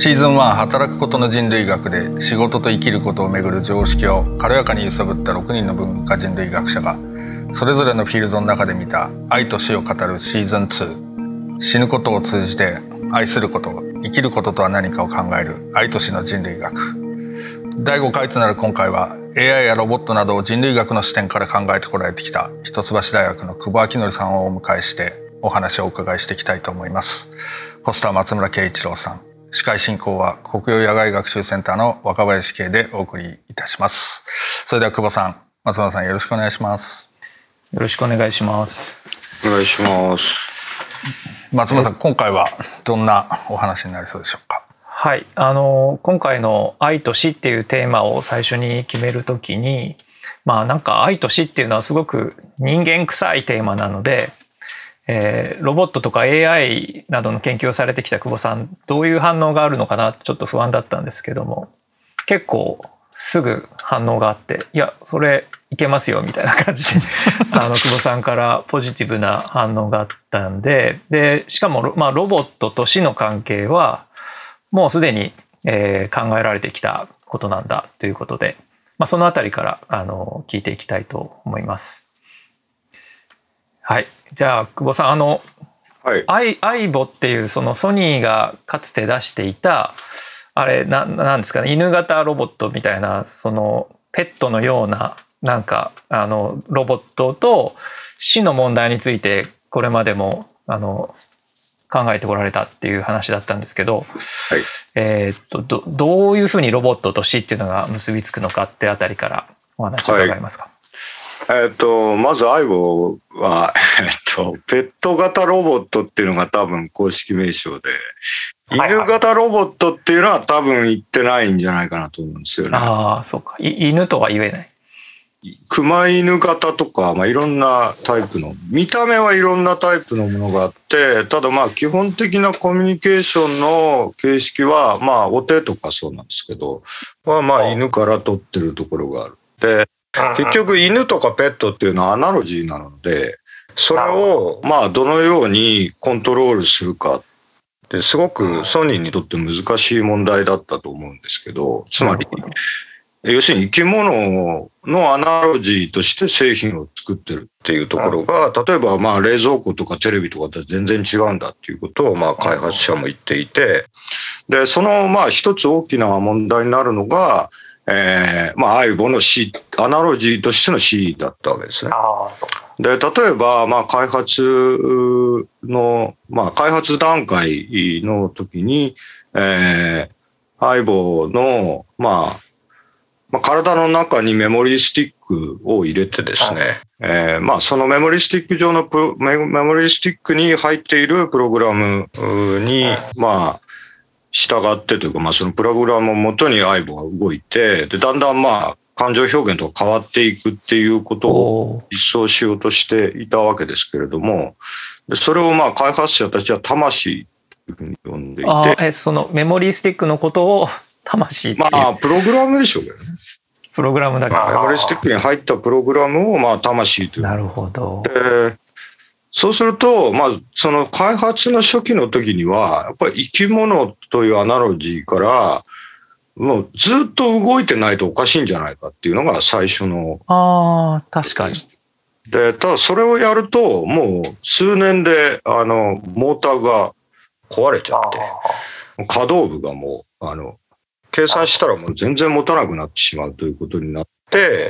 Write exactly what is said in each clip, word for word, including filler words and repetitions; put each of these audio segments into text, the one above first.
シーズンワン働くことの人類学で仕事と生きることをめぐる常識を軽やかに揺さぶったろくにんの文化人類学者がそれぞれのフィールドの中で見た愛と死を語るシーズンツー。死ぬことを通じて愛すること、生きることとは何かを考える愛と死の人類学。だいごかいとなる今回は エーアイ やロボットなどを人類学の視点から考えてこられてきた一橋大学の久保明則さんをお迎えしてお話をお伺いしていきたいと思います。ホストは松村慶一郎さん、司会進行は国用野外学習センターの若林圭でお送りいたします。それでは久保さん、松村さん、よろしくお願いします。 よろしくお願いします。 お願いします。 松村さん、今回はどんなお話になりそうでしょうか。 はい、あの今回の愛と死っていうテーマを最初に決めるときに、まあなんか愛と死っていうのはすごく人間臭いテーマなので、えー、ロボットとか エーアイ などの研究をされてきた久保さん、どういう反応があるのかなちょっと不安だったんですけども、結構すぐ反応があって、いやそれいけますよみたいな感じであの久保さんからポジティブな反応があったんで、でしかも、まあ、ロボットと死の関係はもうすでに、えー、考えられてきたことなんだということで、まあ、そのあたりからあの聞いていきたいと思います。はい、じゃあ久保さん、あの、はい、アイ、アイボっていうそのソニーがかつて出していたあれな、なんですかね、犬型ロボットみたいな、そのペットのようななんかあのロボットと死の問題についてこれまでもあの考えてこられたっていう話だったんですけど、はい、えー、っと ど, どういうふうにロボットと死っていうのが結びつくのかってあたりからお話を伺いますか。 はい、えー、っとまずアイボは、えー、っとペット型ロボットっていうのが多分公式名称で、犬型ロボットっていうのは多分言ってないんじゃないかなと思うんですよね。 ああ、そうか。犬とは言えない。 熊犬型とか、まあ、いろんなタイプの、見た目はいろんなタイプのものがあって、ただまあ基本的なコミュニケーションの形式は、まあお手とかそうなんですけど、はまあ犬から取ってるところがある。で、結局犬とかペットっていうのはアナロジーなので、それをまあどのようにコントロールするかですごくソニーにとって難しい問題だったと思うんですけど、つまり要するに生き物のアナロジーとして製品を作ってるっていうところが、例えばまあ冷蔵庫とかテレビとかと全然違うんだっていうことをまあ開発者も言っていて、でそのまあ一つ大きな問題になるのが、えー、まあアイボの C、アナロジーとしての C だったわけですね。 ああ、そうか。 で例えばまあ開発のまあ開発段階の時に、えー、アイボのまあまあ、体の中にメモリースティックを入れてですね、えー、まあそのメモリースティック上のプロメモリースティックに入っているプログラムにまあ従ってというか、まあそのプログラムをもとにアイボが動いて、でだんだんまあ感情表現とか変わっていくっていうことを実装しようとしていたわけですけれども、でそれをまあ開発者たちは魂というふうに呼んでいて、 あえそのメモリースティックのことを魂っていう、 まあプログラムでしょうけどね。 プログラムだけど、 メモリースティックに入ったプログラムをまあ魂という。 なるほど。 でそうすると、まあその開発の初期の時にはやっぱり生き物というアナロジーからもうずっと動いてないとおかしいんじゃないかっていうのが最初の。 ああ、確かに。 でただそれをやるともう数年であのモーターが壊れちゃって可動部がもうあの計算したらもう全然持たなくなってしまうということになって、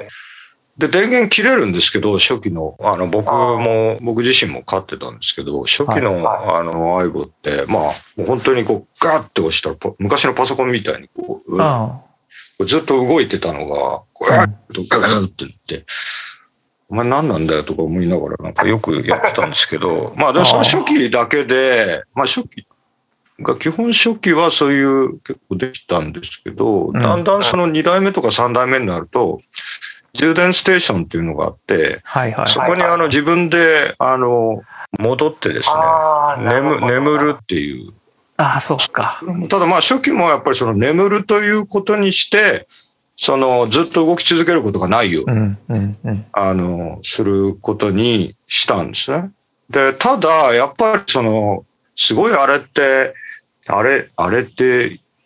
で電源切れるんですけど、初期のあの僕も僕自身も飼ってたんですけど、初期のあのアイボってまあもう本当にこうガッて押したら昔のパソコンみたいにこう、うん、ずっと動いてたのがこうガッとガッっていってお前何なんだよとか思いながらなんかよくやってたんですけど、まあでもその初期だけで、まあ初期が基本初期はそういう結構できたんですけど、だんだんそのにだいめとかさんだいめになると充電ステーションっていうのがあって、そこにあの自分であの戻ってですね、眠眠るっていう。 ああ、そっか。 ただまあ初期もやっぱりその眠るということにしてそのずっと動き続けることがないように、うんうんうん、あのすることにしたんですね。でただやっぱりそのすごいあれってあれあれってい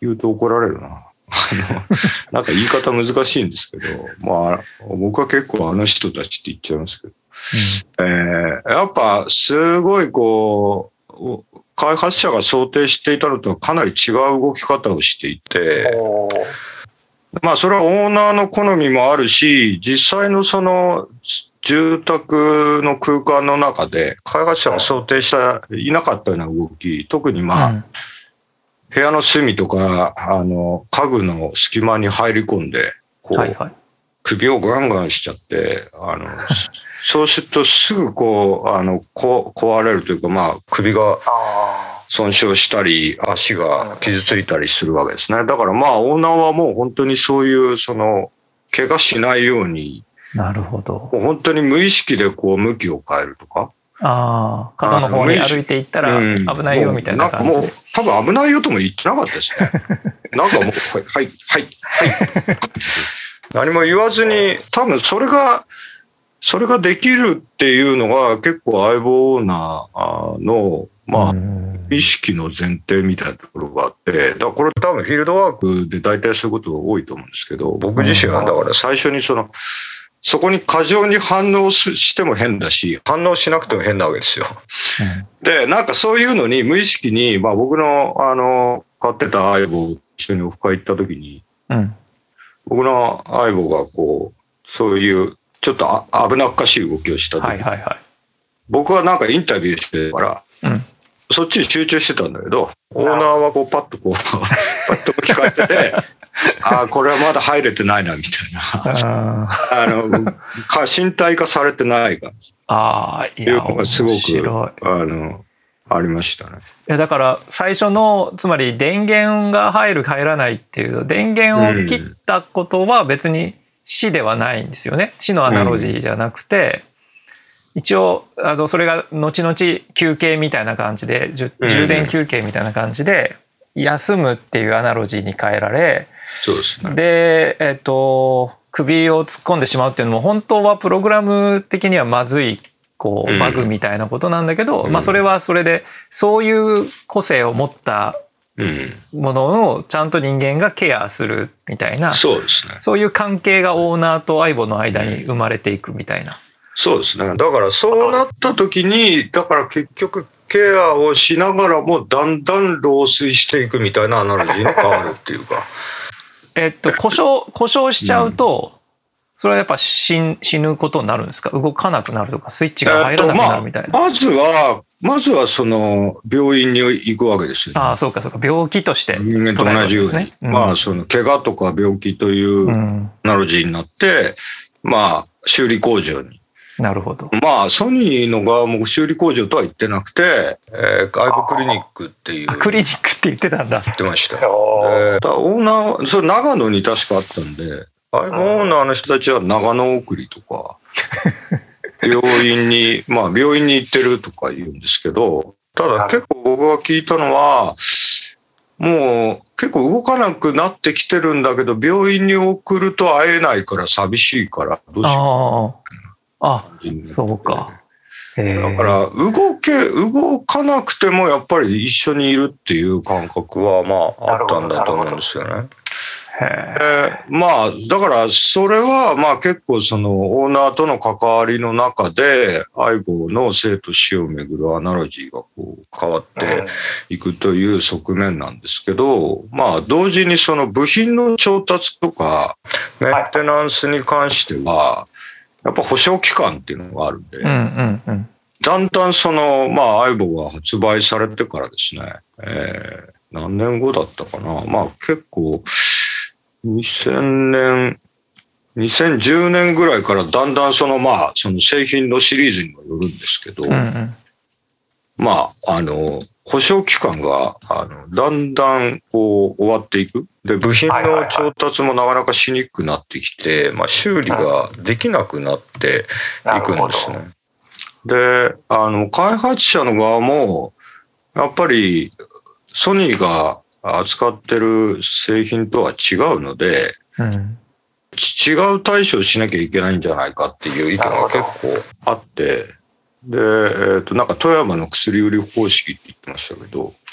言うと怒られるな。あのなんか言い方難しいんですけど、まあ僕は結構あの人たちって言っちゃいますけど、うんえー、やっぱすごいこう開発者が想定していたのとはかなり違う動き方をしていて、まあそれはオーナーの好みもあるし、実際のその住宅の空間の中で開発者が想定していなかったような動き、特にまあ、うん部屋の隅とかあの家具の隙間に入り込んでこう、はいはい、首をガンガンしちゃってあのそうするとすぐこうあのこ壊れるというか、まあ、首が損傷したり足が傷ついたりするわけですね。だからまあオーナーはもう本当にそういうその怪我しないようになるほどもう本当に無意識でこう向きを変えるとか。 ああ、角の方に歩いていったら危ないよみたいな感じで、うん、もう多分危ないよとも言ってなかったですね。なんかもうはいはいはいはい何も言わずに、多分それがそれができるっていうのが結構相棒オーナーのまあ意識の前提みたいなところがあって、だからこれ多分フィールドワークで大体そういうことが多いと思うんですけど、僕自身はだから最初にそのそこに過剰に反応しても変だし、反応しなくても変なわけですよ。うん、で、なんかそういうのに無意識に、まあ僕の、あの、飼ってた相棒と一緒にオフ会行った時に、うん、僕の相棒がこう、そういうちょっとあ危なっかしい動きをした時に、はいはいはい、僕はなんかインタビューしてから、うん、そっちに集中してたんだけど、オーナーはこうパッとこう、パッと聞かれてて、ああ、これはまだ入れてないなみたいな。あの身体化されてない感じ。 ああ、いや、面白い。 あのありましたね。 いやだから最初のつまり電源が入る入らないっていう電源を切ったことは別に死ではないんですよね。死のアナロジーじゃなくて、うん、一応あのそれが後々休憩みたいな感じで充電休憩みたいな感じで休むっていうアナロジーに変えられ。 そうですね、 で、えっと、首を突っ込んでしまうっていうのも本当はプログラム的にはまずいこうバグみたいなことなんだけど、うんまあ、それはそれでそういう個性を持ったものをちゃんと人間がケアするみたいな、 そうですね、 そういう関係がオーナーと相棒の間に生まれていくみたいな。 そうですね。だからそうなった時にだから結局ケアをしながらもだんだん老衰していくみたいなアナロジーに変わるっていうか。 えっと、故障、故障しちゃうと、うん、それはやっぱ死、死ぬことになるんですか？動かなくなるとか、スイッチが入らなくなるみたいな。 えっとまあ、まずは、まずはその、病院に行くわけですよ、ね。 ああ、そうかそうか。病気として、 人間と同じように。うん、まあ、その、怪我とか病気というアナロジーになって、うん、まあ、修理工場に。 なるほど。 まあ、ソニーの側も修理工場とは言ってなくて、えー、アイボクリニックっていう。 クリニックって言ってたんだ。 言ってました。でオーナー、それ長野に確かあったんで、アイボオーナーの人たちは長野送りとか、病院に、まあ病院に行ってるとか言うんですけど、ただ結構僕が聞いたのは、もう結構動かなくなってきてるんだけど、病院に送ると会えないから寂しいから、どうしよう。 あ、そうか。 だから動け動かなくてもやっぱり一緒にいるっていう感覚はまああったんだと思うんですよね。えー、まあだからそれはまあ結構そのオーナーとの関わりの中で相棒の生と死をめぐるアナロジーがこう変わっていくという側面なんですけど、まあ同時にその部品の調達とかメンテナンスに関してはやっぱ保証期間っていうのがあるんで、うんうんうん、だんだんその、まあ、相棒が発売されてからですね、えー、何年後だったかな、まあ結構にせんねん、にせんじゅうねんぐらいからだんだんその、まあ、その製品のシリーズにもよるんですけど、うんうん、まあ、あの、保証期間があのだんだんこう終わっていく。で、部品の調達もなかなかしにくくなってきて、まあ、修理ができなくなっていくんですね。で、あの、開発者の側も、やっぱりソニーが扱ってる製品とは違うので、うん、違う対処をしなきゃいけないんじゃないかっていう意見が結構あって、で、えーと、なんか富山の薬売り方式って言ってましたけど、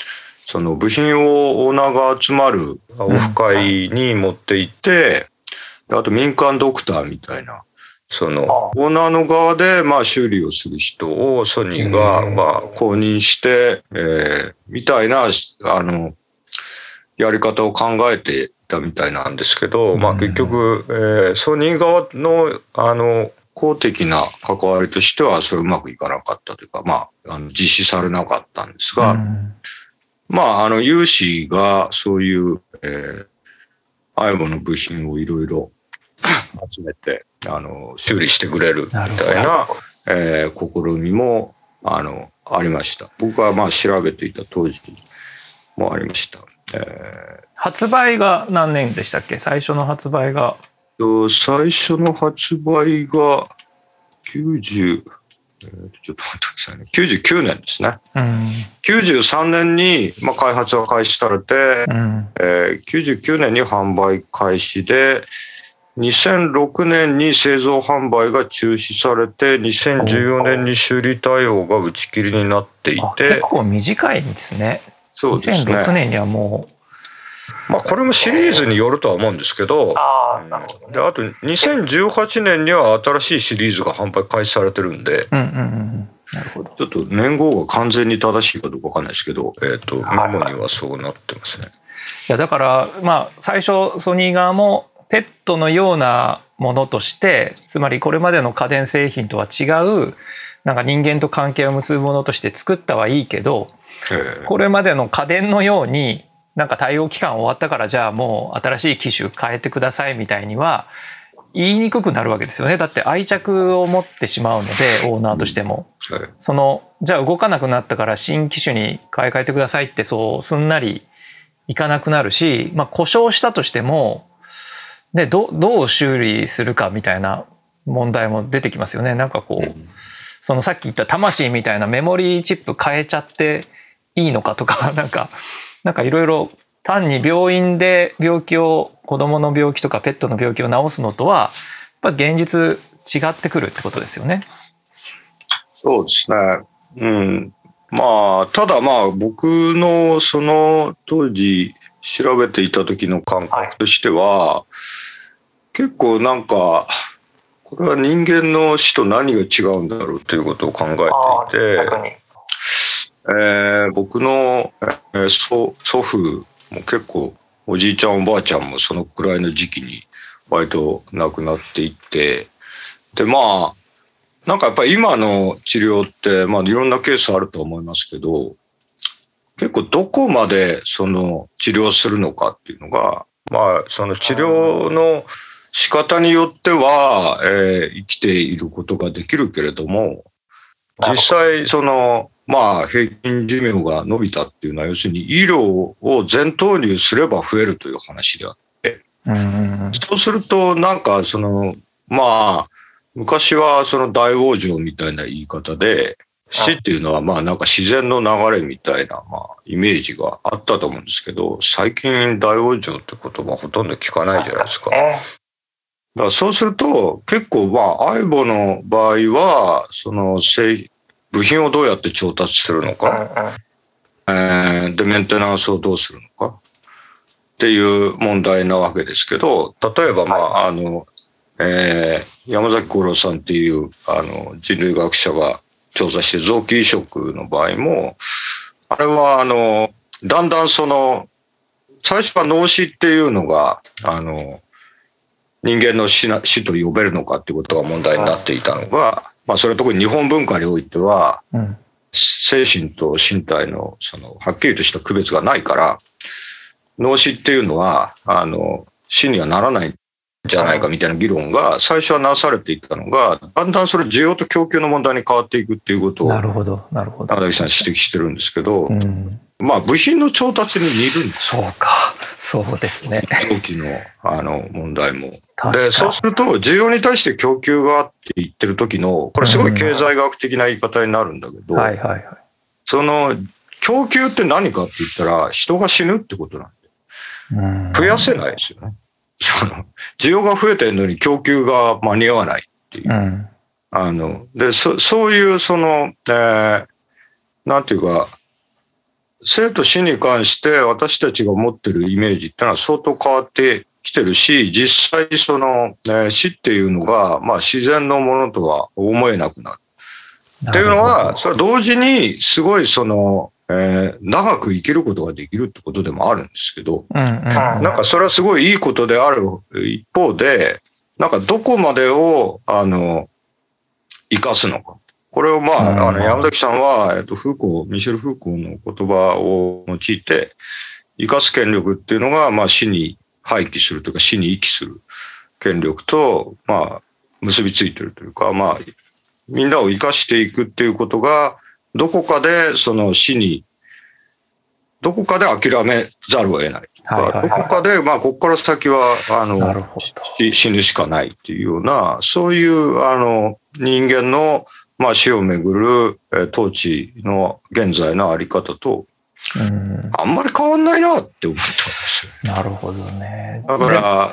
その部品をオーナーが集まるオフ会に持って行って、あと民間ドクターみたいな、そのオーナーの側でまあ修理をする人をソニーがまあ公認して、えー、みたいなあのやり方を考えていたみたいなんですけど、まあ結局、えー、ソニー側のあの公的な関わりとしてはそれうまくいかなかったというか、まあ、あの実施されなかったんですが、まああの有志がそういう、えー、アイボの部品をいろいろ集めてあの修理してくれるみたいな、えー、試みもあのありました。僕はまあ調べていた当時もありました。えー、 発売が何年でしたっけ？最初の発売が。 最初の発売がきゅうじゅう、えー、ちょっと待ってくださいね。きゅうじゅうきゅうねんですね。うん、きゅうじゅうさんねんに、まあ、開発が開始されて、うんえー、きゅうじゅうきゅうねんに販売開始で、にせんろくねんに製造販売が中止されて、にせんじゅうよねんに修理対応が打ち切りになっていて、 結構短いんですね。 そうですね。 にせんろくねんにはもうまあこれもシリーズによるとは思うんですけど、あ, なるほどね、であとにせんじゅうはちねんには新しいシリーズが販売開始されてるんで、うんうんうん、なるほど。ちょっと年号が完全に正しいかどうかわかんないですけど、えっとメモにはそうなってますね。 いやだからまあ最初ソニー側もペットのようなものとして、つまりこれまでの家電製品とは違うなんか人間と関係を結ぶものとして作ったはいいけど、これまでの家電のようになんか対応期間終わったからじゃあもう新しい機種変えてくださいみたいには言いにくくなるわけですよね。だって愛着を持ってしまうのでオーナーとしても、うんはい、そのじゃあ動かなくなったから新機種に買い替えてくださいってそうすんなりいかなくなるし、まあ、故障したとしてもで ど, どう修理するかみたいな問題も出てきますよね。なんかこう、うん、そのさっき言った魂みたいなメモリーチップ変えちゃっていいのかとかなんかなんかいろいろ単に病院で病気を子供の病気とかペットの病気を治すのとはやっぱ現実違ってくるってことですよね。 そうですね。うん。まあただまあ僕のその当時調べていた時の感覚としては、はい、結構なんかこれは人間の死と何が違うんだろうということを考えていて、えー、僕の、えー、祖, 祖父も結構おじいちゃんおばあちゃんもそのくらいの時期に割と亡くなっていって、でまあなんかやっぱり今の治療って、まあ、いろんなケースあると思いますけど、結構どこまでその治療するのかっていうのが、まあその治療の仕方によっては、えー、生きていることができるけれども、実際そのまあ平均寿命が伸びたっていうのは要するに医療を全投入すれば増えるという話であって、うん、そうするとなんかそのまあ昔はその大往生みたいな言い方で、死っていうのはまあなんか自然の流れみたいなまあイメージがあったと思うんですけど、最近大往生って言葉ほとんど聞かないじゃないですか。だからそうすると結構まあアイボの場合はその製部品をどうやって調達するのか、えー、でメンテナンスをどうするのかっていう問題なわけですけど、例えばまああの、えー、山崎五郎さんっていうあの人類学者が調査して臓器移植の場合も、あれはあのだんだんその最初は脳死っていうのがあの人間の 死, な死と呼べるのかっていうことが問題になっていたのが、まあ、それは特に日本文化においては、うん、精神と身体のそのはっきりとした区別がないから、脳死っていうのはあの死にはならないんじゃないかみたいな議論が最初はなされていたのが、だんだんそれ需要と供給の問題に変わっていくっていうことをなるほどなるほど山崎さん指摘してるんですけど、うん、まあ部品の調達に似るんです。 そうか、そうですね。 臓器のあの問題も。でそうすると需要に対して供給があって言ってる時のこれすごい経済学的な言い方になるんだけど、うんはいはいはい、その供給って何かって言ったら人が死ぬってことなんで、うん、増やせないですよね。その需要が増えてるのに供給が間に合わないっていう、うん、あので そ, そういうその、えー、なんていうか生と死に関して私たちが持ってるイメージってのは相当変わってきてるし、実際その、えー、死っていうのが、まあ、自然のものとは思えなくなる。っていうのは、それは同時にすごいその、えー、長く生きることができるってことでもあるんですけど、 うんうん、 なんかそれはすごいいいことである一方で、なんかどこまでを、あの、生かすのか。これをまあ、うん、あの、山崎さんは、えっと、フーコー、ミシェル・フーコーの言葉を用いて、生かす権力っていうのが、まあ死に廃棄するというか死に遺棄する権力と、まあ、結びついてるというか、まあ、みんなを生かしていくっていうことが、どこかでその死に、どこかで諦めざるを得ない。はいはいはい、どこかで、まあ、ここから先は、あの、死ぬしかないっていうような、そういう、あの、人間の、まあ、死をめぐる、えー、統治の現在のあり方と、うん、あんまり変わんないなって思ったんですよ。 なるほどね。 だから、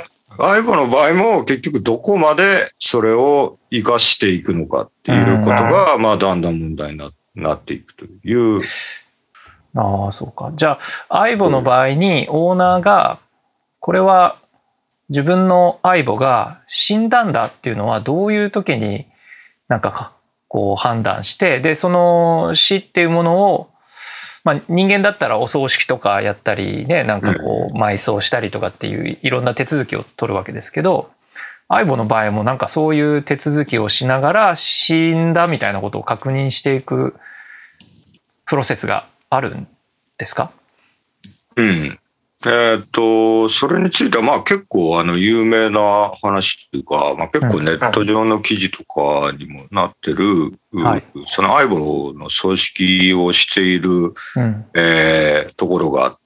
アイボの場合も結局どこまでそれを生かしていくのかっていうことが、まあ、だんだん問題にな、なっていくという。 ああ、そうか。じゃあ、アイボの場合にオーナーが、これは自分のアイボが死んだんだっていうのはどういう時になんかこう判断して、で、その死っていうものを、まあ、人間だったらお葬式とかやったりね、なんかこう埋葬したりとかっていういろんな手続きを取るわけですけど、アイボの場合もなんかそういう手続きをしながら死んだみたいなことを確認していくプロセスがあるんですか？ うん。えーっと、それについてはまあ結構あの有名な話というか、まあ結構ネット上の記事とかにもなってる、うんはい、そのアイボの葬式をしている、うんえー、ところがあって、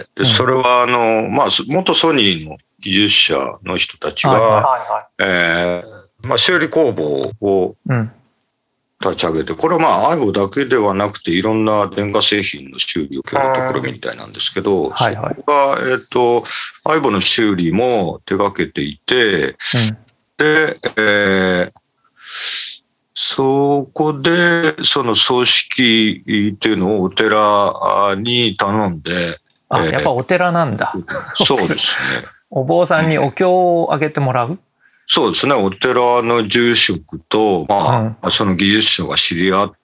でそれはあの、まあ元ソニーの技術者の人たちが、はいはいえーまあ、修理工房を、うん立ち上げて、これはまあアイボだけではなくていろんな電化製品の修理を受けるところみたいなんですけど、はいはい、そこが、えっと、アイボの修理も手掛けていて、うん、で、えー、そこでその葬式っていうのをお寺に頼んで、 あ、えー、やっぱお寺なんだ。 そうですね。 お坊さんにお経をあげてもらう？ そうですね。お寺の住職と、まあ、うん、その技術者が知り合って、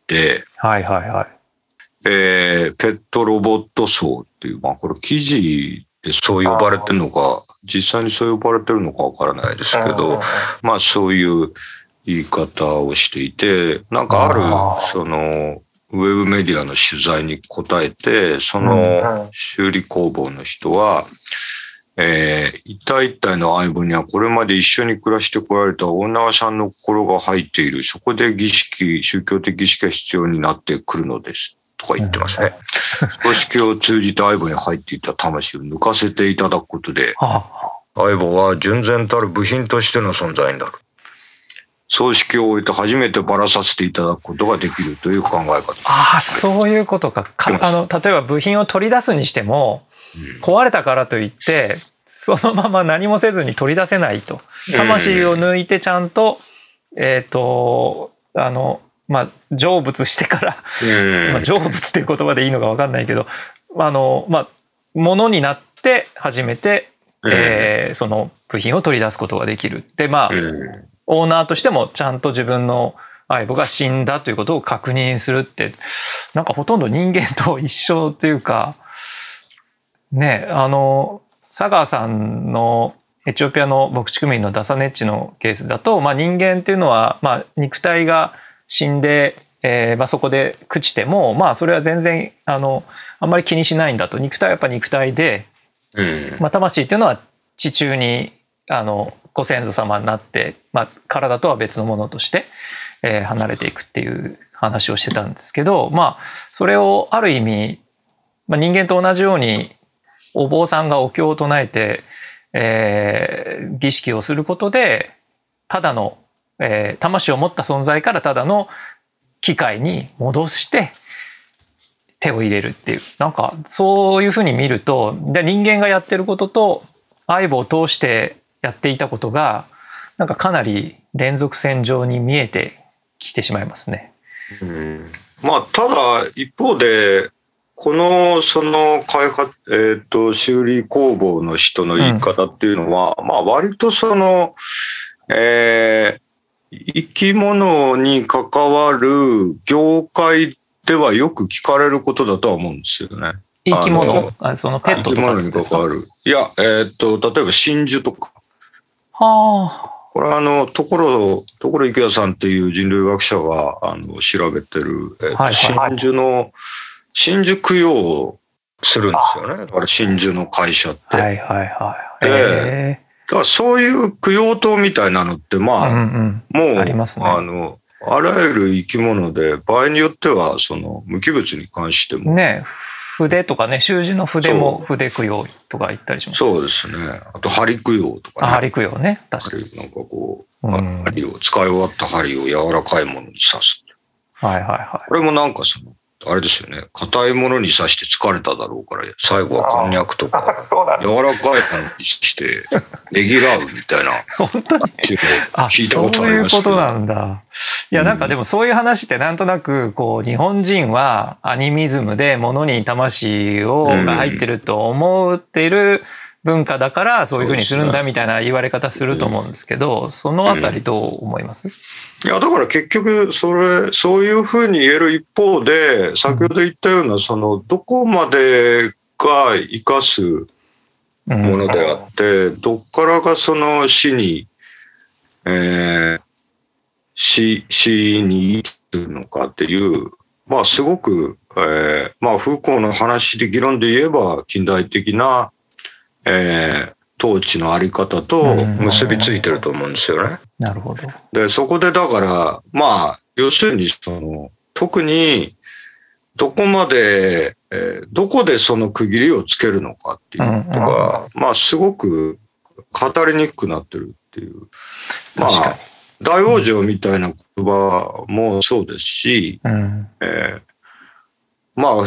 はいはいはい。 えー、ペットロボット葬っていう、まあ、これ記事でそう呼ばれてるのか、実際にそう呼ばれてるのかわからないですけど、まあ、そういう言い方をしていて、なんかある、その、ウェブメディアの取材に答えて、その修理工房の人は、えー、一体一体のアイボにはこれまで一緒に暮らしてこられたオーナーさんの心が入っている。そこで儀式、宗教的儀式が必要になってくるのです。とか言ってますね。葬式を通じてアイボに入っていた魂を抜かせていただくことで、アイボは純然たる部品としての存在になる。葬式を終えて初めてばらさせていただくことができるという考え方。 ああ、そういうことか。かあの例えば部品を取り出すにしても、壊れたからといってそのまま何もせずに取り出せないと。魂を抜いてちゃんと、えっとあのまあ成仏してから、まあ成仏という言葉でいいのか分かんないけど、あのまあものになって初めて、えー、その部品を取り出すことができる。でまあオーナーとしてもちゃんと自分の相棒が死んだということを確認するって、なんかほとんど人間と一緒というか。ね、あの佐川さんのエチオピアの牧畜民のダサネッチのケースだと、まあ、人間っていうのは、まあ、肉体が死んで、えーまあ、そこで朽ちても、まあ、それは全然あのあんまり気にしないんだと。肉体はやっぱ肉体で、うんまあ、魂っていうのは地中にあのご先祖様になって、まあ、体とは別のものとして、えー、離れていくっていう話をしてたんですけど、まあ、それをある意味、まあ、人間と同じようにお坊さんがお経を唱えて、えー、儀式をすることでただの、えー、魂を持った存在からただの機械に戻して手を入れるっていう、なんかそういうふうに見るとで人間がやってることとアイボを通してやっていたことがなんかかなり連続線上に見えてきてしまいますね。 うん、まあただ一方でこの、その開発、えっと、修理工房の人の言い方っていうのは、うん、まあ割とその、えー、生き物に関わる業界ではよく聞かれることだとは思うんですよね。 生き物あそのペットとか生き物に関わる。いや、えっと、例えば真珠とか。 はあ。 これはあの、ところ、ところ池谷さんっていう人類学者が、あの、調べてる、えーはいはい、真珠の、真珠供養をするんですよね。だから真珠の会社って。 はいはいはい。 で、だからそういう供養塔みたいなのって、まあ、うんうん、もう、 ありますね。 あの、あらゆる生き物で、場合によっては、その、無機物に関しても。 ね、筆とかね、習字の筆も筆供養とか言ったりします。 そうですね。あと、針供養とかね。 針供養ね、確かに。 なんかこう、針を、使い終わった針を柔らかいものに刺す。 はいはいはい。 これもなんかその、あれですよね。硬いものに刺して疲れただろうから、最後はこんにゃくとか、柔らかいものにして、ねぎらうみたいな。 本当に聞いたことありますけど。 そういうことなんだ。いや、なんかでもそういう話ってなんとなく、こう、日本人はアニミズムで物に魂をが入ってると思っている文化だから、そういうふうにするんだみたいな言われ方すると思うんですけど、そのあたりどう思います？ いや、だから結局、それ、そういうふうに言える一方で、先ほど言ったような、その、どこまでが生かすものであって、うん、どっからがその死に、えー、死、死に生きるのかっていう、まあ、すごく、えー、まあ、フーコーの話で議論で言えば、近代的な、えー、統治のあり方と結びついてると思うんですよね。 なるほど。 で、そこでだから、まあ、要するに、その、特に、どこまで、えー、どこでその区切りをつけるのかっていうことが、まあ、すごく語りにくくなってるっていう。まあ、大往生みたいな言葉もそうですし、うんえー、まあ、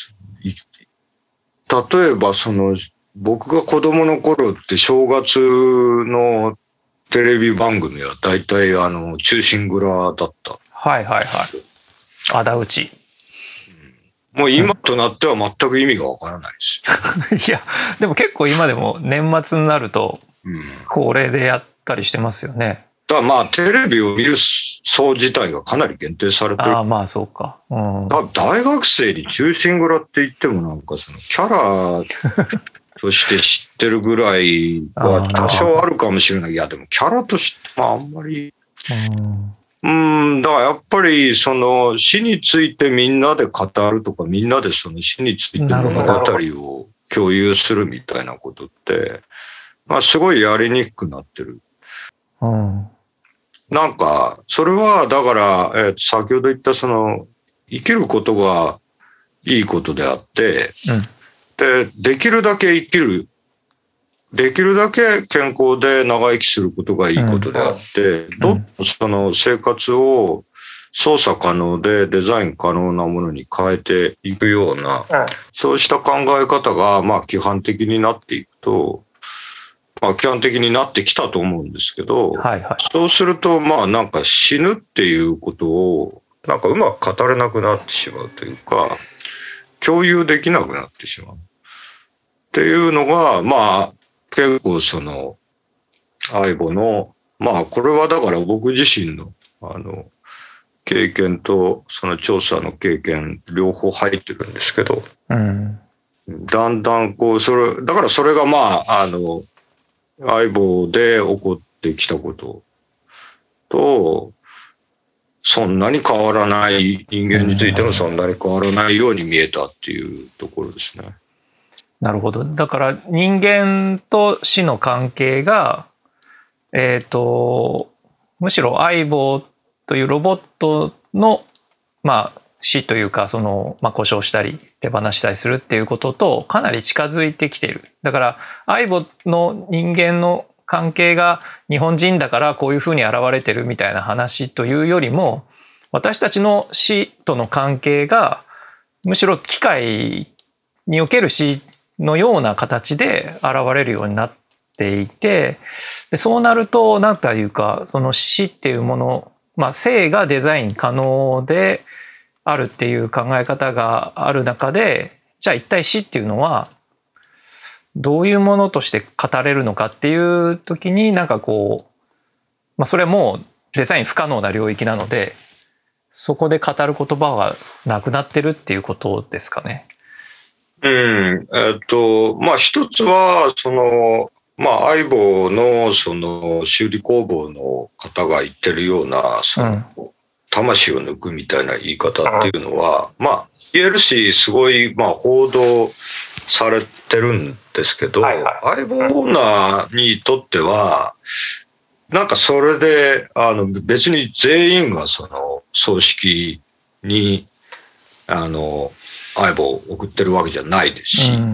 例えばその、僕が子供の頃って正月のテレビ番組は大体あの、忠臣蔵だった。 はいはいはい。仇討ち。 もう今となっては全く意味がわからないです。いや、でも結構今でも年末になると、恒例でやったりしてますよね。 だからまあテレビを見る層自体がかなり限定されてる。 ああ、まあそうか。うん、 大学生に忠臣蔵って言ってもなんかそのキャラ、として知ってるぐらいは多少あるかもしれない。いや、でもキャラとして、まああんまり。うん、うんだからやっぱりその死についてみんなで語るとか、みんなでその死について物語を共有するみたいなことって、まあすごいやりにくくなってる。うん、なんか、それはだから、えー、先ほど言ったその、生きることがいいことであって、うんで、できるだけ生きる、できるだけ健康で長生きすることがいいことであって、うん、どんどんその生活を操作可能でデザイン可能なものに変えていくような、うん、そうした考え方が、まあ、規範的になっていくと、まあ、規範的になってきたと思うんですけど、はいはい、そうすると、まあ、なんか死ぬっていうことを、なんかうまく語れなくなってしまうというか、共有できなくなってしまう。っていうのが、まあ、結構その、アイボの、まあ、これはだから僕自身の、あの、経験と、その調査の経験、両方入ってるんですけど、うん、だんだんこう、それ、だからそれがまあ、あの、アイボで起こってきたことと、そんなに変わらない、人間についてもそんなに変わらないように見えたっていうところですね。 なるほど。だから人間と死の関係が、えっと、むしろ相棒というロボットの、まあ、死というか、その、まあ、故障したり手放したりするっていうこととかなり近づいてきている。だから相棒の人間の関係が日本人だからこういうふうに現れてるみたいな話というよりも、私たちの死との関係がむしろ機械における死のような形で現れるようになっていて、でそうなると何というか、その死っていうもの、まあ、生がデザイン可能であるっていう考え方がある中で、じゃあ一体死っていうのはどういうものとして語れるのかっていう時に、なんかこう、まあ、それはもうデザイン不可能な領域なので、そこで語る言葉がなくなってるっていうことですかね。 うん、えっと、まあ一つは、その、まあ相棒のその修理工房の方が言ってるような、その、魂を抜くみたいな言い方っていうのは、まあ言えるし、すごい、まあ報道されてるんですけど、はいはい、相棒オーナーにとっては、なんかそれで、あの別に全員がその葬式に、あの、相棒を送ってるわけじゃないですし、うんうん、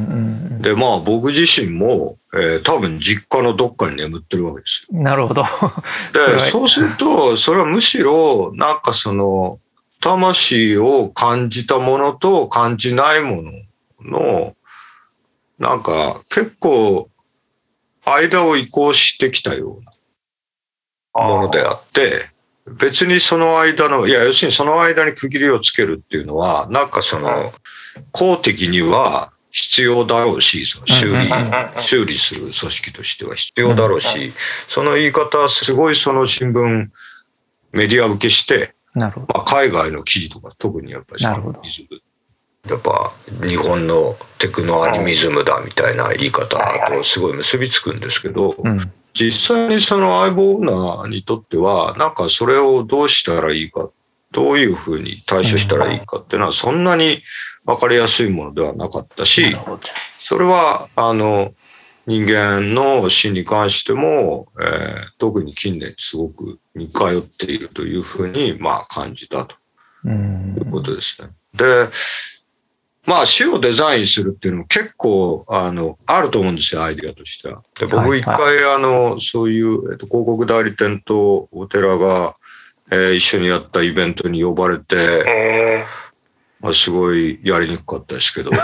で、まあ僕自身も、えー、多分実家のどっかに眠ってるわけですよ。 なるほど。 で、そうすると、それはむしろ、なんかその、魂を感じたものと感じないものの、なんか結構、間を移行してきたようなものであって、別にその間の、いや、要するにその間に区切りをつけるっていうのは、なんかその、公的には必要だろうし、その修理、修理する組織としては必要だろうし、その言い方はすごいその新聞、メディア受けして、まあ、海外の記事とか特にやっぱりやっぱ日本のテクノアニミズムだみたいな言い方とすごい結びつくんですけど、実際にその相棒オーナーにとっては、なんかそれをどうしたらいいか、どういうふうに対処したらいいかっていうのはそんなに分かりやすいものではなかったし、それはあの人間の死に関しても、えー、特に近年すごく似通っているというふうにまあ感じたということですね。で、まあ死をデザインするっていうのも結構あのあると思うんですよ、アイディアとしては。で、僕一回、はいはい、あのそういう、えっと、広告代理店とお寺が、えー、一緒にやったイベントに呼ばれて、えーまあ、すごいやりにくかったですけど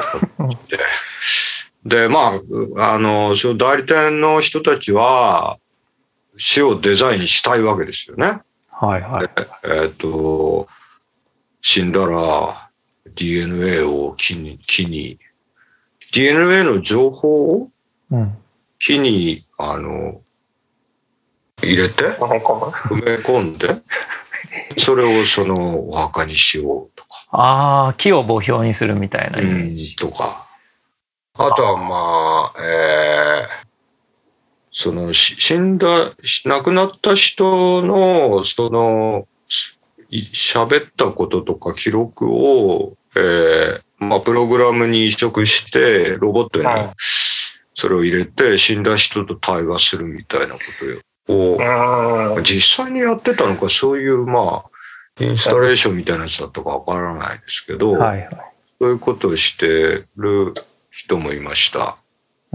で、まあ、あの、その代理店の人たちは、死をデザインしたいわけですよね。 はいはい。 えっと、死んだら ディーエヌエー を木に、木に、ディーエヌエー の情報を木に、あの、入れて、埋め込む埋め込んで、それをそのお墓にしようとか。 ああ、木を墓標にするみたいなイメージ。 とか。あとはまあ、えー、その死んだ、亡くなった人の、その、喋ったこととか記録を、えー、まあ、プログラムに移植して、ロボットにそれを入れて、死んだ人と対話するみたいなことを、実際にやってたのか、そういう、まあ、インスタレーションみたいなやつだったかわからないですけど、はいはい、そういうことをしてる人もいました。うん、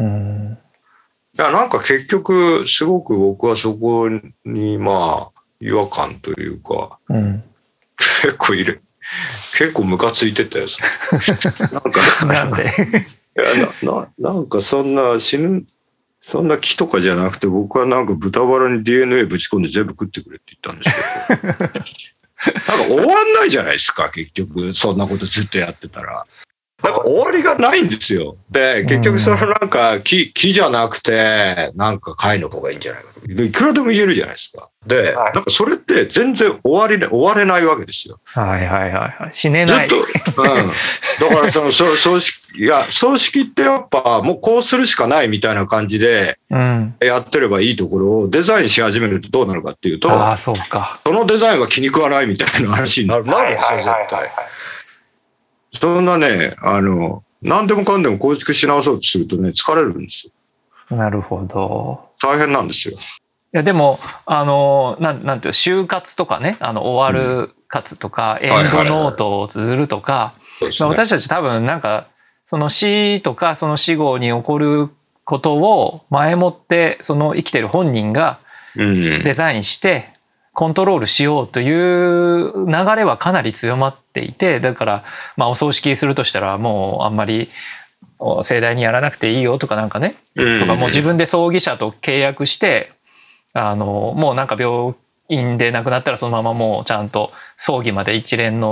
いや、なんか結局すごく僕はそこにまあ違和感というか、うん、結構いる結構ムカついてたやつなんかなんでいや な, な, なんかそんな死ぬそんな木とかじゃなくて、僕はなんか豚バラに ディーエヌエー ぶち込んで全部食ってくれって言ったんですけどなんか終わんないじゃないですか、結局そんなことずっとやってたら。なんか終わりがないんですよ。で、結局そのなんか木、木じゃなくて、なんか貝の方がいいんじゃないかと。いくらでも言えるじゃないですか。で、はい、なんかそれって全然終わりで、終われないわけですよ。 はいはいはいはい。死ねない。 ずっと、うん。だからその、そ葬式、いや、葬式ってやっぱもうこうするしかないみたいな感じで、やってればいいところをデザインし始めるとどうなるかっていうと、 ああ、そうか。 そのデザインは気に食わないみたいな話になる。なるんですよ、絶対。そんなね、あの、何でもかんでも構築し直そうとするとね、疲れるんですよ。なるほど。 大変なんですよ。いや、でも、あの、なん、なんていう、就活とかね、あの、終わる活とか、うん、エンドノートを綴るとか、私たち多分なんか、その死とか、その死後に起こることを前もって、その生きてる本人がデザインして、うんコントロールしようという流れはかなり強まっていて、だからまあお葬式するとしたらもうあんまり盛大にやらなくていいよとかなんかね、うん、とかもう自分で葬儀社と契約してあのもうなんか病院で亡くなったらそのままもうちゃんと葬儀まで一連の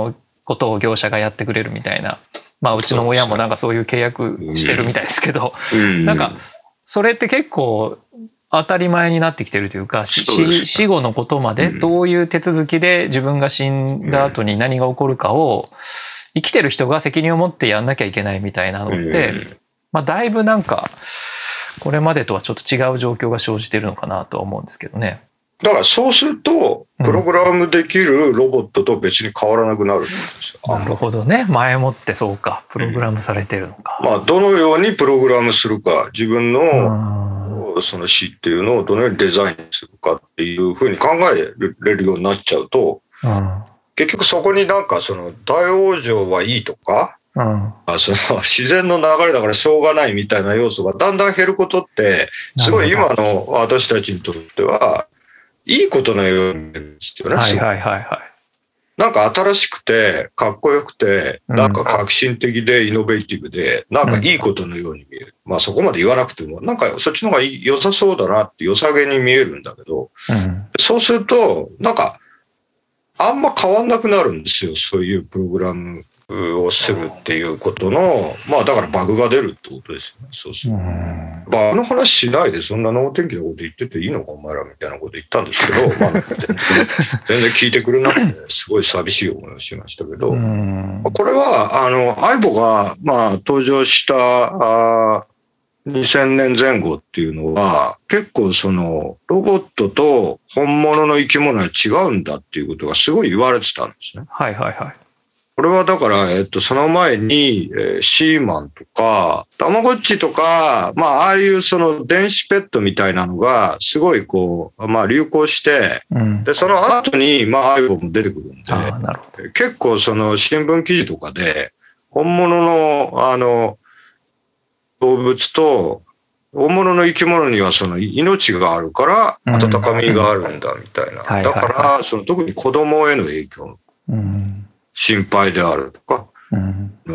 ことを業者がやってくれるみたいな、まあうちの親もなんかそういう契約してるみたいですけど、なんかそれって結構当たり前になってきてるというか、死後のことまでどういう手続きで自分が死んだ後に何が起こるかを生きてる人が責任を持ってやんなきゃいけないみたいなのって、まあだいぶなんかこれまでとはちょっと違う状況が生じてるのかなとは思うんですけどね。 だからそうするとプログラムできるロボットと別に変わらなくなるんですよ。 うん、なるほどね。前もってそうか、プログラムされてるのか。 うん、まあどのようにプログラムするか、自分のその死っていうのをどのようにデザインするかっていうふうに考えれるようになっちゃうと、うん、結局そこになんかその大往生はいいとか、うん、その自然の流れだからしょうがないみたいな要素がだんだん減ることってすごい今の私たちにとってはいいことのように見えるんですよね。 はいはいはいはい。 なんか新しくてかっこよくてなんか革新的でイノベーティブでなんかいいことのように見える。まあそこまで言わなくてもなんかそっちの方が良さそうだなって良さげに見えるんだけど、うん、そうするとなんかあんま変わんなくなるんですよ。そういうプログラムをするっていうことの、まあだからバグが出るってことですよね。そうする。バグの話しないでそんな能天気なこと言ってていいのかお前らみたいなこと言ったんですけど、まあ全然、全然聞いてくれなくてすごい寂しい思いをしましたけど、これはあのアイボがまあ登場したあにせんねんぜん後っていうのは結構そのロボットと本物の生き物は違うんだっていうことがすごい言われてたんですね。 はいはいはい。 これはだから、えっと、その前に、えー、シーマンとか、たまごっちとか、まあ、ああいうその電子ペットみたいなのが、すごいこう、まあ、流行して、うん、で、その後に、まあ、アイボも出てくるんで、 あ、なるほど。 結構その新聞記事とかで、本物の、あの、動物と、本物の生き物にはその命があるから、温かみがあるんだ、みたいな。だから、その特に子供への影響。うん心配であるとか、うん、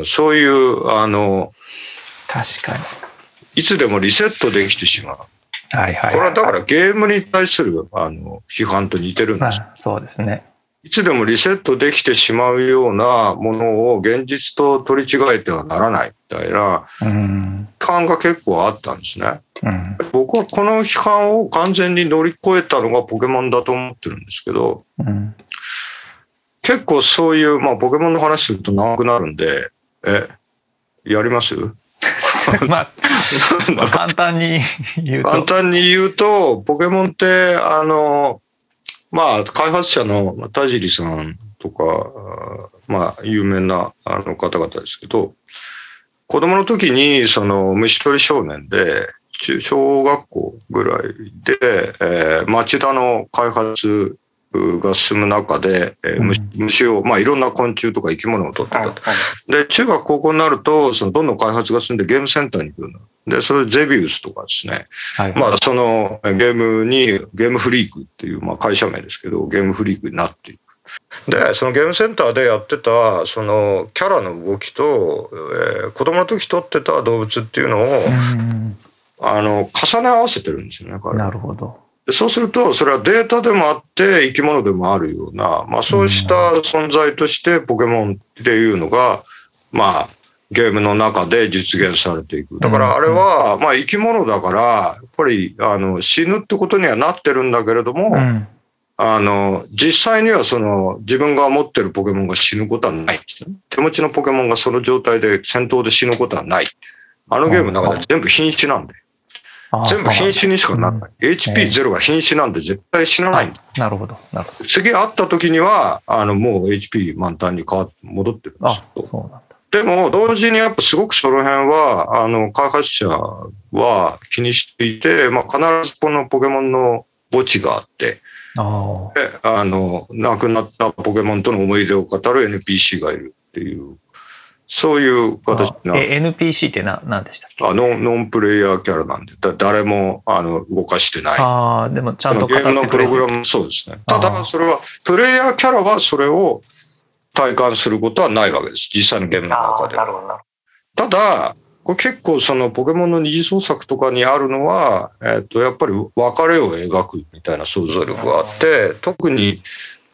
そういうあの確かにいつでもリセットできてしまう、 はいはいはいはい、 これはだからゲームに対するあの批判と似てるんです。 そうですね。 いつでもリセットできてしまうようなものを現実と取り違えてはならないみたいな批判が結構あったんですね、うん、僕はこの批判を完全に乗り越えたのがポケモンだと思ってるんですけど、うん結構そういう、まあ、ポケモンの話すると長くなるんで、え、やりますまあ、まあ、簡単に言うと。 簡単に言うと、ポケモンって、あの、まあ、開発者の田尻さんとか、まあ、有名なあの方々ですけど、子供の時に、その、虫取り少年で、中小学校ぐらいで、えー、町田の開発が進む中で、えー、虫、虫を、まあいろんな昆虫とか生き物を取ってたと。で、中学高校になると、そのどんどん開発が進んでゲームセンターに行くの。で、それゼビウスとかですね。はいはい、まあそのゲームに、ゲームフリークっていう、まあ会社名ですけど、ゲームフリークになっていく。で、そのゲームセンターでやってた、そのキャラの動きと、えー、子供の時取ってた動物っていうのを、あの、重ね合わせてるんですよね、彼は。 なるほど。 そうすると、それはデータでもあって生き物でもあるような、まあそうした存在としてポケモンっていうのが、まあゲームの中で実現されていく。だからあれは、まあ生き物だから、やっぱりあの死ぬってことにはなってるんだけれども、あの、実際にはその自分が持ってるポケモンが死ぬことはない。手持ちのポケモンがその状態で戦闘で死ぬことはない。あのゲームの中で全部瀕死なんで。全部瀕死にしかならない。うん、エイチピーゼロ が瀕死なんで絶対死なないんだ。 なるほど。なるほど。 次会った時には、あの、もう エイチピー 満タンに変わって戻ってるんですけど。 そうなんだ。 でも、同時にやっぱすごくその辺は、あの、開発者は気にしていて、まあ必ずこのポケモンの墓地があって、あであの、亡くなったポケモンとの思い出を語る エヌピーシー がいるっていう。そういう形な。え、エヌピーシー ってな何でしたっけ？ あノン、ノンプレイヤーキャラなんで、だ誰もあの動かしてない。 ああ、でもちゃんと語ってくれてる。 ゲームのプログラムそうですね。ただ、それは、プレイヤーキャラはそれを体感することはないわけです。実際のゲームの中では。ただ、これ結構そのポケモンの二次創作とかにあるのは、えっと、やっぱり別れを描くみたいな想像力があって、特に、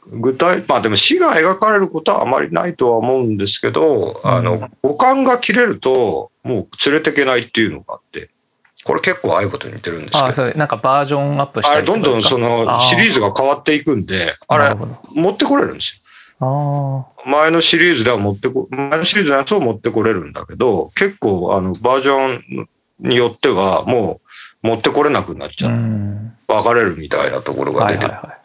具体、まあでも死が描かれることはあまりないとは思うんですけど、あの、五感が切れると、もう連れていけないっていうのがあって、これ結構ああいうことに似てるんですけど。 あ、それなんかバージョンアップしたりとかですか？ あれどんどんそのシリーズが変わっていくんで、あれ持ってこれるんですよ。あ、前のシリーズでは持ってこ、前のシリーズのやつを持ってこれるんだけど、結構あのバージョンによってはもう持ってこれなくなっちゃう。分かれるみたいなところが出てる。はいはいはい、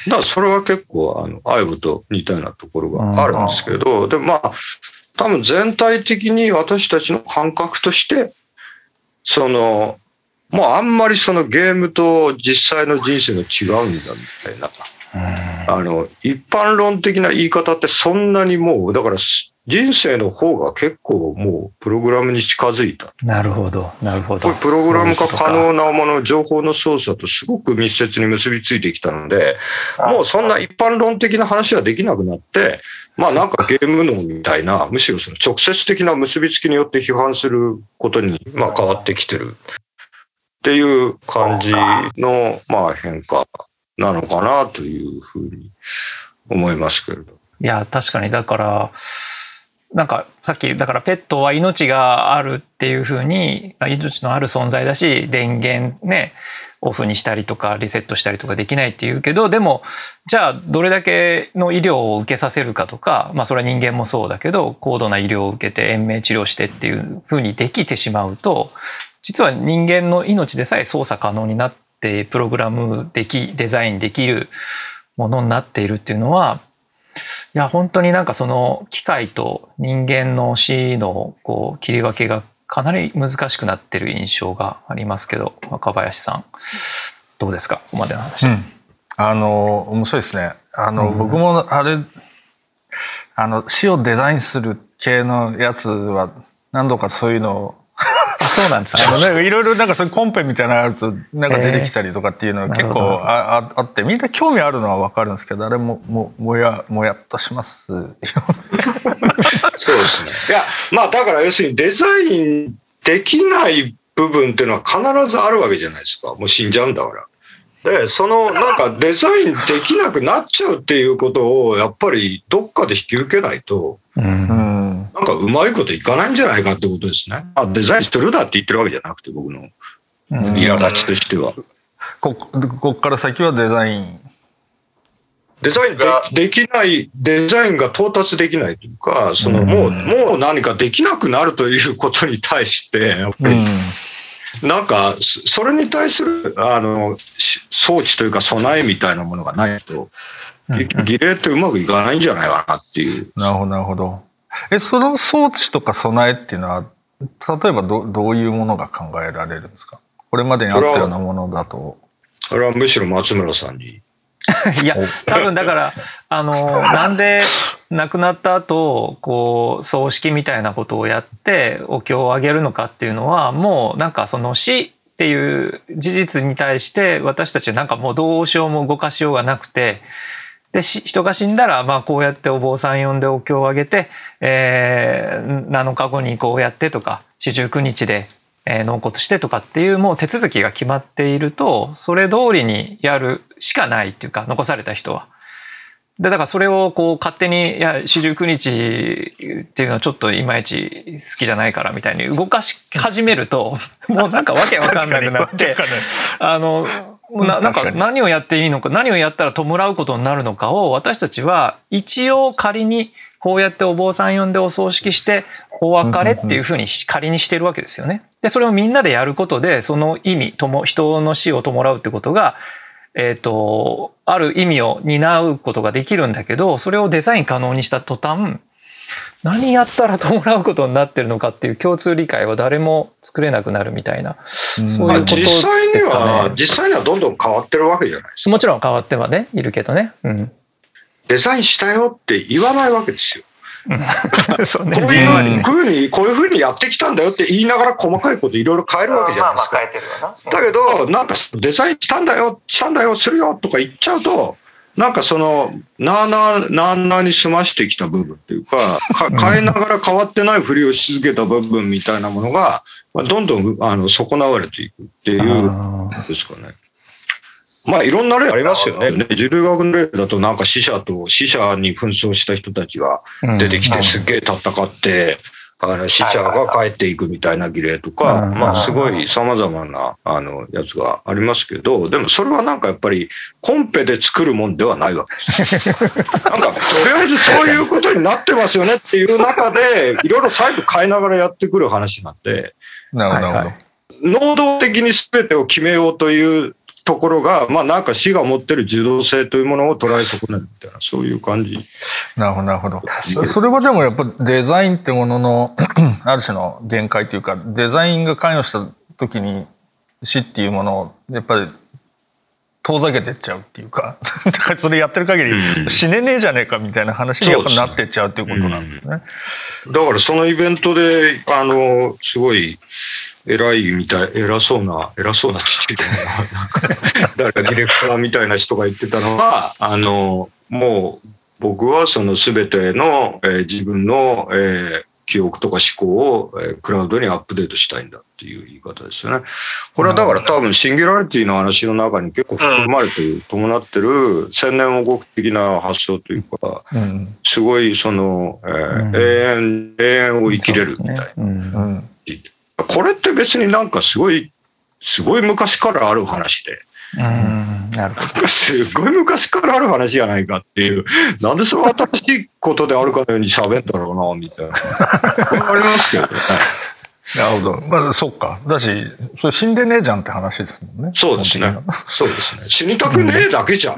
だからそれは結構あのアイブと似たようなところがあるんですけど、でもまあ多分全体的に私たちの感覚としてそのもうあんまりそのゲームと実際の人生が違うんだみたいな、あの一般論的な言い方ってそんなにもうだから人生の方が結構もうプログラムに近づいた。 なるほど、なるほど。 これプログラム化可能なもの、情報の操作とすごく密接に結びついてきたので、もうそんな一般論的な話はできなくなって、まあなんかゲーム脳みたいな、むしろその直接的な結びつきによって批判することにまあ変わってきてるっていう感じのまあ変化なのかなというふうに思いますけれど。 いや、確かにだから、なんかさっきだからペットは命があるっていうふうに命のある存在だし電源ねオフにしたりとかリセットしたりとかできないっていうけどでもじゃあどれだけの医療を受けさせるかとかまあそれは人間もそうだけど高度な医療を受けて延命治療してっていうふうにできてしまうと実は人間の命でさえ操作可能になってプログラムできデザインできるものになっているっていうのはいや本当になんかその機械と人間の死のこう切り分けがかなり難しくなってる印象がありますけど若林さんどうですかここまでの話、うん、 あの面白いですねあの、うん、僕もあれあの死をデザインする系のやつは何度かそういうのをそうなんですね。 いろいろなんかそういうコンペみたいなのがあるとなんか出てきたりとかっていうのは結構 あ, あ, あってみんな興味あるのは分かるんですけどあれもももやもやっとしますよね。 そうですね。いやまあだから要するにデザインできない部分っていうのは必ずあるわけじゃないですか。もう死んじゃうんだから。でそのなんかデザインできなくなっちゃうっていうことをやっぱりどっかで引き受けないと。うんなんかうまいこといかないんじゃないかってことですね。あデザインするなって言ってるわけじゃなくて僕の苛立ちとしては。 ここっから先はデザインデザイン で, できないデザインが到達できないというかそのもう、もう何かできなくなるということに対してやっぱりなんかそれに対するあの装置というか備えみたいなものがないと儀礼ってうまくいかないんじゃないかなっていう。 なるほどなるほど。えその装置とか備えっていうのは例えば ど, どういうものが考えられるんですか。これまでにあったようなものだと。 それはむしろ松村さんにいや多分だからあのなんで亡くなった後こう葬式みたいなことをやってお経をあげるのかっていうのはもうなんかその死っていう事実に対して私たちはなんかもうどうしようも動かしようがなくてで人が死んだらまあこうやってお坊さん呼んでお経をあげて、えー、なのかごにこうやってとか四十九日で納骨してとかっていうもう手続きが決まっているとそれ通りにやるしかないっていうか残された人は。でだからそれをこう勝手にいや四十九日っていうのはちょっといまいち好きじゃないからみたいに動かし始めるともうなんかわけわかんなくなってあのな, なんか何をやっていいのか何をやったら弔うことになるのかを私たちは一応仮にこうやってお坊さん呼んでお葬式してお別れっていうふうに仮にしてるわけですよね。でそれをみんなでやることでその意味とも人の死を弔うってことが、えーと、ある意味を担うことができるんだけどそれをデザイン可能にした途端何やったら弔うことになってるのかっていう共通理解を誰も作れなくなるみたいな、うん、そういうことですかね。 実際には実際にはどんどん変わってるわけじゃないですか。 もちろん変わってはねいるけどね、うん、 デザインしたよって言わないわけですよ。 そうね、 こういうふうにこういうふうにやってきたんだよって言いながら細かいこといろいろ変えるわけじゃないですか。まあまあ変えてるわな。だけどなんかデザインしたんだよしたんだよするよとか言っちゃうとなんかそのなあなあなあなあに済ましてきた部分っていうか変えながら変わってないふりをし続けた部分みたいなものがどんどんあの損なわれていくっていうですかね。 まあいろんな例ありますよね。人類学の例だとなんか死者と死者に紛争した人たちが出てきてすっげえ戦ってあの死者が帰っていくみたいな儀礼とか、まあすごい様々なあのやつがありますけど、でもそれはなんかやっぱりコンペで作るもんではないわけです。なんかとりあえずそういうことになってますよねっていう中でいろいろ細部変えながらやってくる話なんで、 なるほどなるほど。 能動的に全てを決めようというところが、まあなんか死が持ってる受動性というものを捉え損ねるみたいな、そういう感じ。 なるほどなるほど。それはでもやっぱデザインってもののある種の限界というか、デザインが関与した時に死っていうものをやっぱり遠ざけてっちゃうっていうか、だからそれやってる限り死ねねえじゃねえかみたいな話にやっぱなってっちゃうっていうことなんですね。 うん、だからそのイベントであのすごい偉いみたい、偉そうな、偉そうなって言ってた誰かディレクターみたいな人が言ってたのは、あの、もう僕はその全ての、えー、自分の、えー、記憶とか思考を、えー、クラウドにアップデートしたいんだっていう言い方ですよね。これはだから多分シンギュラリティの話の中に結構含まれている、伴ってる千年王国的な発想というか、うん、すごいその、えーうん、永遠、永遠を生きれるみたいな。うんうんこれって別になんかすごい、すごい昔からある話で。 うん、なるほど。 なんかすごい昔からある話じゃないかっていう、なんでそれ新しいことであるかのように喋るんだろうな、みたいな。ありますけどね。 なるほど。まあ、そっか。だし、それ死んでねえじゃんって話ですもんね。 そうですね。そうですね。死にたくねえだけじゃん。うん、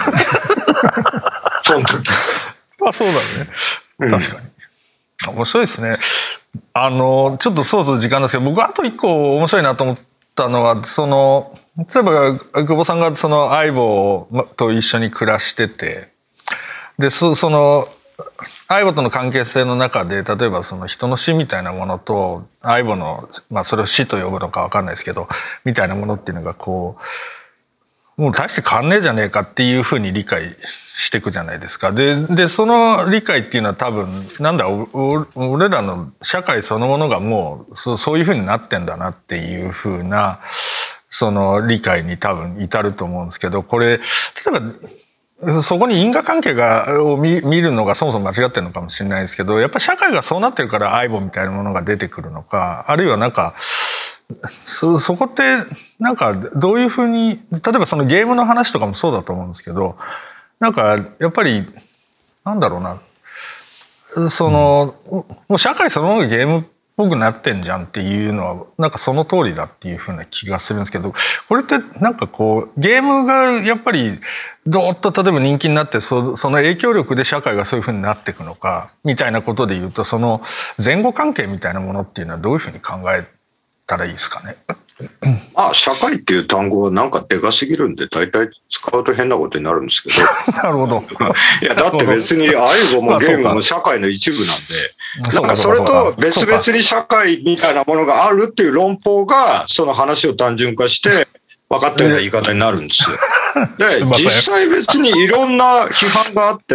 その時。 まあそうだね。確かに。うん、面白いですね。あのちょっとそうそう時間ですけど、僕あと一個面白いなと思ったのは、その例えば久保さんがその相棒と一緒に暮らしてて、で そ, その相棒との関係性の中で、例えばその人の死みたいなものと相棒の、まあ、それを死と呼ぶのか分かんないですけどみたいなものっていうのがこうもう大して変わんねえじゃねえかっていうふうに理解していくじゃないですか。で、でその理解っていうのは多分なんだ俺らの社会そのものがもう そ, そういうふうになってんだなっていうふうなその理解に多分至ると思うんですけど、これ例えばそこに因果関係がを 見, 見るのがそもそも間違ってるのかもしれないですけど、やっぱ社会がそうなってるから相棒みたいなものが出てくるのか、あるいはなんかそ, そこってなんかどういうふうに、例えばそのゲームの話とかもそうだと思うんですけど、なんかやっぱりなんだろうな、その、うん、もう社会そのものがゲームっぽくなってんじゃんっていうのはなんかその通りだっていうふうな気がするんですけど、これってなんかこうゲームがやっぱりどーっと例えば人気になって そ, その影響力で社会がそういうふうになっていくのかみたいなことでいうと、その前後関係みたいなものっていうのはどういうふうに考えたらいいですかね。 あ、社会っていう単語はなんかでかすぎるんで大体使うと変なことになるんですけどなるほど。 いやだって別にアイボもゲームも社会の一部なんで、なんかそれと別々に社会みたいなものがあるっていう論法がその話を単純化して分かったような言い方になるんですよ。で実際別にいろんな批判があって、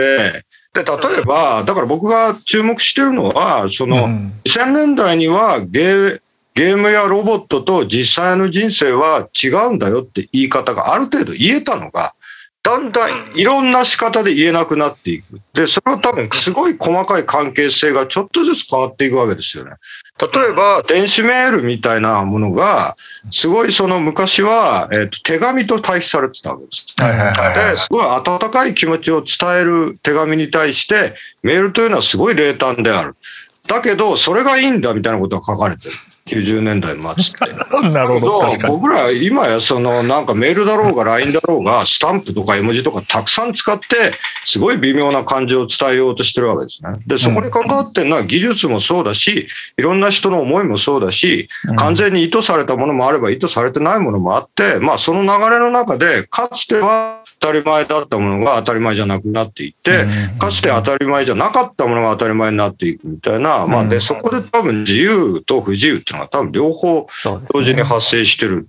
で例えばだから僕が注目してるのはそのにせんねんだいにはゲーゲームやロボットと実際の人生は違うんだよって言い方がある程度言えたのが、だんだんいろんな仕方で言えなくなっていく。で、それは多分すごい細かい関係性がちょっとずつ変わっていくわけですよね。例えば電子メールみたいなものがすごいその昔は、えーと、手紙と対比されてたわけです。で、すごい温かい気持ちを伝える手紙に対してメールというのはすごい冷淡である。だけどそれがいいんだみたいなことが書かれてる。きゅうじゅうねんだい末って。 なるほど。確かに。 僕ら今やそのなんかメールだろうが ライン だろうがスタンプとか絵文字とかたくさん使ってすごい微妙な感情を伝えようとしてるわけですね。でそこに関わってるのは技術もそうだし、いろんな人の思いもそうだし、完全に意図されたものもあれば意図されてないものもあって、まあその流れの中でかつては当たり前だったものが当たり前じゃなくなっていって、かつて当たり前じゃなかったものが当たり前になっていくみたいな、まあでそこで多分自由と不自由っていうのは多分両方同時に発生してる。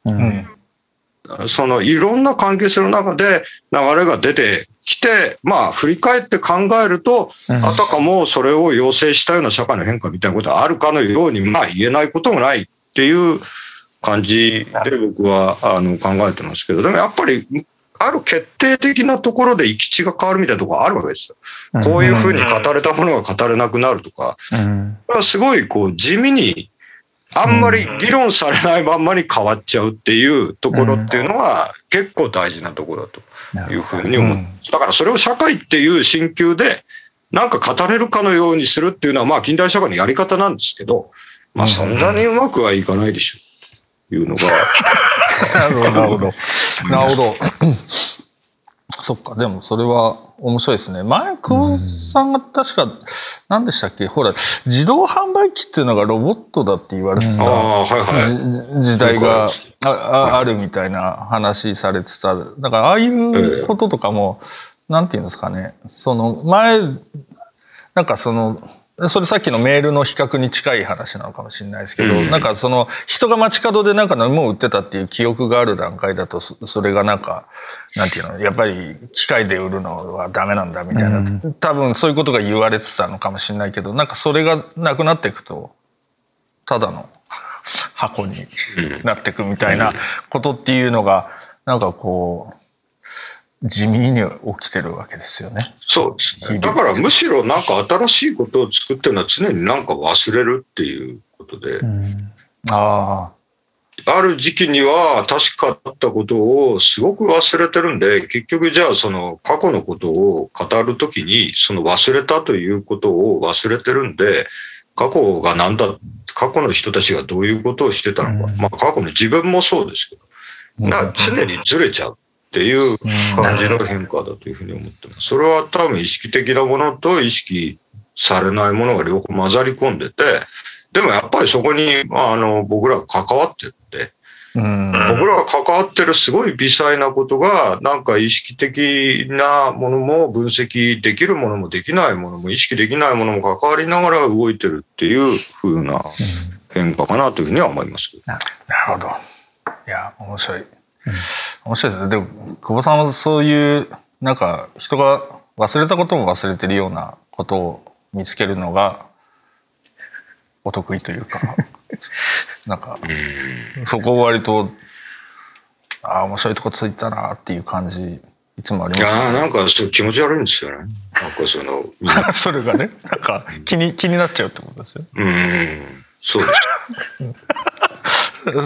そのいろんな関係性の中で流れが出てきて、まあ振り返って考えると、あたかもそれを要請したような社会の変化みたいなことがあるかのようにまあ言えないこともないっていう感じで僕はあの考えてますけど、でもやっぱりある決定的なところで行き地が変わるみたいなところがあるわけですよ。こういうふうに語れたものが語れなくなるとか、これはすごいこう地味にあんまり議論されないまんまに変わっちゃうっていうところっていうのは結構大事なところだというふうに思う。だからそれを社会っていう新旧でなんか語れるかのようにするっていうのはまあ近代社会のやり方なんですけど、まあそんなにうまくはいかないでしょというのが。 なるほどなるほどなるほど。そっか、でもそれは面白いですね。前久保さんが確か何でしたっけ、ほら自動販売機っていうのがロボットだって言われてた時代が あ, あるみたいな話されてた。だからああいうこととかも、えー、なんていうんですかね、その前なんかそのそれさっきのメールの比較に近い話なのかもしれないですけど、うん、なんかその人が街角でなんか飲み物売ってたっていう記憶がある段階だと、それがなんかなんていうの、やっぱり機械で売るのはダメなんだみたいな、うん、多分そういうことが言われてたのかもしれないけど、なんかそれがなくなっていくとただの箱になっていくみたいなことっていうのがなんかこう地味に起きてるわけですよね。 そうですね。だからむしろなんか新しいことを作ってるのは常になんか忘れるっていうことで、うん、あある時期には確かあったことをすごく忘れてるんで、結局じゃあその過去のことを語るときにその忘れたということを忘れてるんで、過去がなんだ、過去の人たちがどういうことをしてたのか、うん、まあ過去の自分もそうですけど、な常にずれちゃうっていう感じの変化だというふうに思ってます。それは多分意識的なものと意識されないものが両方混ざり込んでて、でもやっぱりそこにあの僕らが関わってって、うん僕らが関わってるすごい微細なことがなんか意識的なものも分析できるものもできないものも意識できないものも関わりながら動いてるっていう風な変化かなというふうには思いますけど。 なるほど。いや面白い。面白いですね。でも久保さんはそういうなんか人が忘れたことも忘れてるようなことを見つけるのがお得意というかなんかそこを割とああ面白いとこついたなっていう感じいつもあります、ね。 いやなんかそう気持ち悪いんですよね。なんかそのそれがねなんか気に気になっちゃうってことですよ。 うんそうです。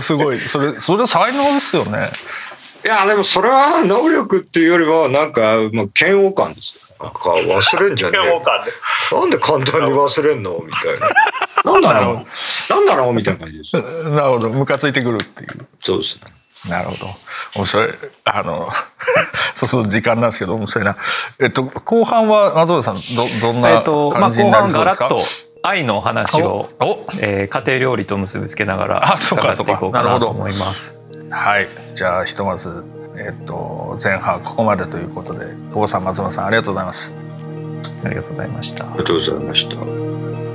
すごいそれそれ才能ですよね。 いやでもそれは能力っていうよりはなんかまあ嫌悪感ですよ。なんか忘れんじゃねえ。嫌悪感で。なんで簡単に忘れんのみたいな。なんだろうなんだろうみたいな感じです。 なるほどムカついてくるっていう。 そうですね。 なるほど面白い。あのそうそう時間なんですけど面白いな。えっと後半は松原さん ど, どんな感じになりそうですか。 えっとまあ、後半ガラッと愛の話を、えー、家庭料理と結びつけながら伺っていこうかなと思います。 はい、じゃあひとまず、えー、と前半ここまでということで久保さん松村さんありがとうございます。 ありがとうございました。 ありがとうございました。